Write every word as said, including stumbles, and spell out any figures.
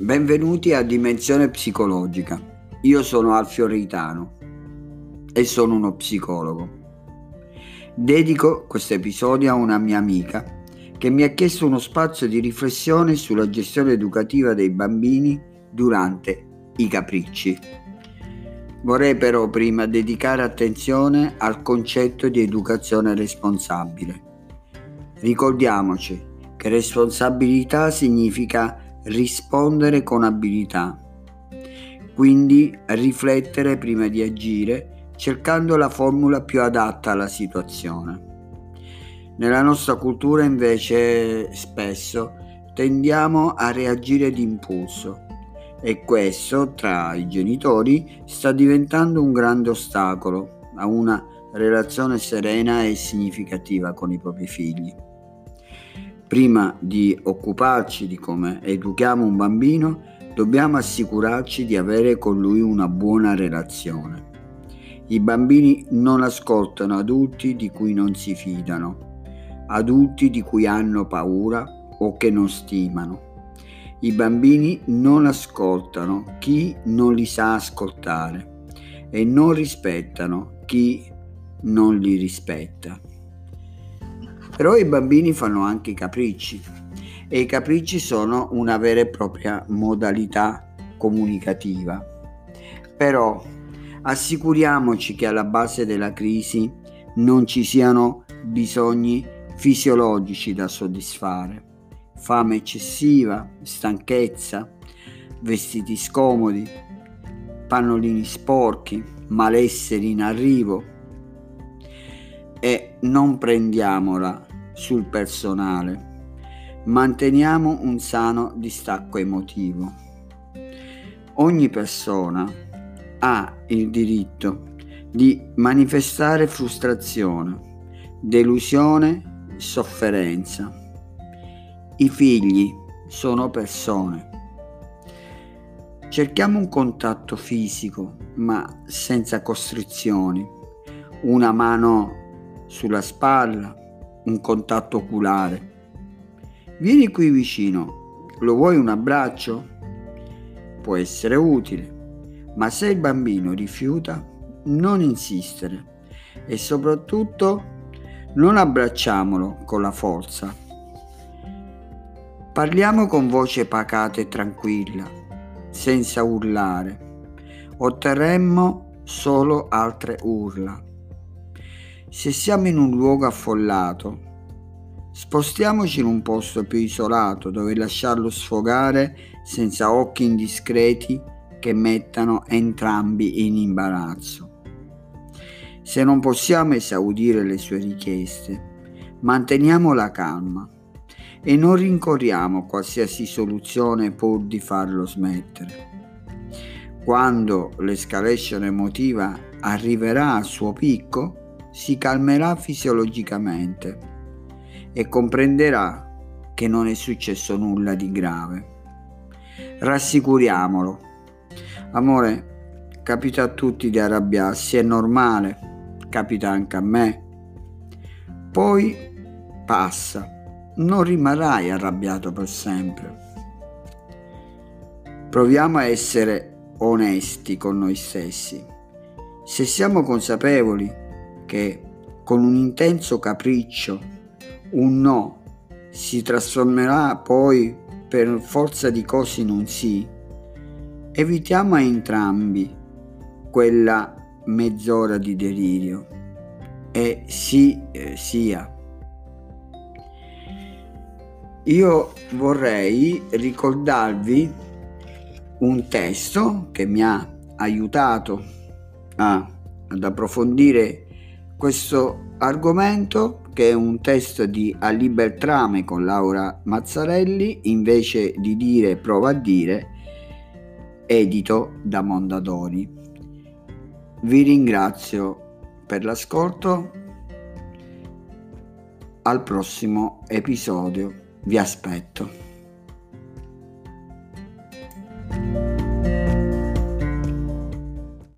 Benvenuti a Dimensione Psicologica. Io sono Alfio Reitano e sono uno psicologo. Dedico questo episodio a una mia amica che mi ha chiesto uno spazio di riflessione sulla gestione educativa dei bambini durante i capricci. Vorrei però prima dedicare attenzione al concetto di educazione responsabile. Ricordiamoci che responsabilità significa rispondere con abilità, quindi riflettere prima di agire, cercando la formula più adatta alla situazione. Nella nostra cultura invece spesso tendiamo a reagire d'impulso e questo tra i genitori sta diventando un grande ostacolo a una relazione serena e significativa con i propri figli. Prima di occuparci di come educhiamo un bambino, dobbiamo assicurarci di avere con lui una buona relazione. I bambini non ascoltano adulti di cui non si fidano, adulti di cui hanno paura o che non stimano. I bambini non ascoltano chi non li sa ascoltare e non rispettano chi non li rispetta. Però i bambini fanno anche i capricci e i capricci sono una vera e propria modalità comunicativa. Però assicuriamoci che alla base della crisi non ci siano bisogni fisiologici da soddisfare, fame eccessiva, stanchezza, vestiti scomodi, pannolini sporchi, malesseri in arrivo, e non prendiamola sul personale, manteniamo un sano distacco emotivo. Ogni persona ha il diritto di manifestare frustrazione, delusione, sofferenza. I figli sono persone. Cerchiamo un contatto fisico, ma senza costrizioni, una mano sulla spalla, un contatto oculare. Vieni qui vicino, lo vuoi un abbraccio? Può essere utile, ma se il bambino rifiuta, non insistere e soprattutto non abbracciamolo con la forza. Parliamo con voce pacata e tranquilla, senza urlare. Otterremmo solo altre urla. Se siamo in un luogo affollato, spostiamoci in un posto più isolato dove lasciarlo sfogare senza occhi indiscreti che mettano entrambi in imbarazzo. Se non possiamo esaudire le sue richieste, manteniamo la calma e non rincorriamo qualsiasi soluzione pur di farlo smettere. Quando l'escalation emotiva arriverà al suo picco, si calmerà fisiologicamente e comprenderà che non è successo nulla di grave. Rassicuriamolo. Amore, capita a tutti di arrabbiarsi, è normale, capita anche a me. Poi passa, non rimarrai arrabbiato per sempre. Proviamo a essere onesti con noi stessi. Se siamo consapevoli che con un intenso capriccio un no si trasformerà poi per forza di cose in un sì, evitiamo a entrambi quella mezz'ora di delirio e sì eh, sia. Io vorrei ricordarvi un testo che mi ha aiutato a, ad approfondire questo argomento, che è un testo di A liber trame con Laura Mazzarelli, invece di dire prova a dire, edito da Mondadori. Vi ringrazio per l'ascolto, al prossimo episodio, vi aspetto.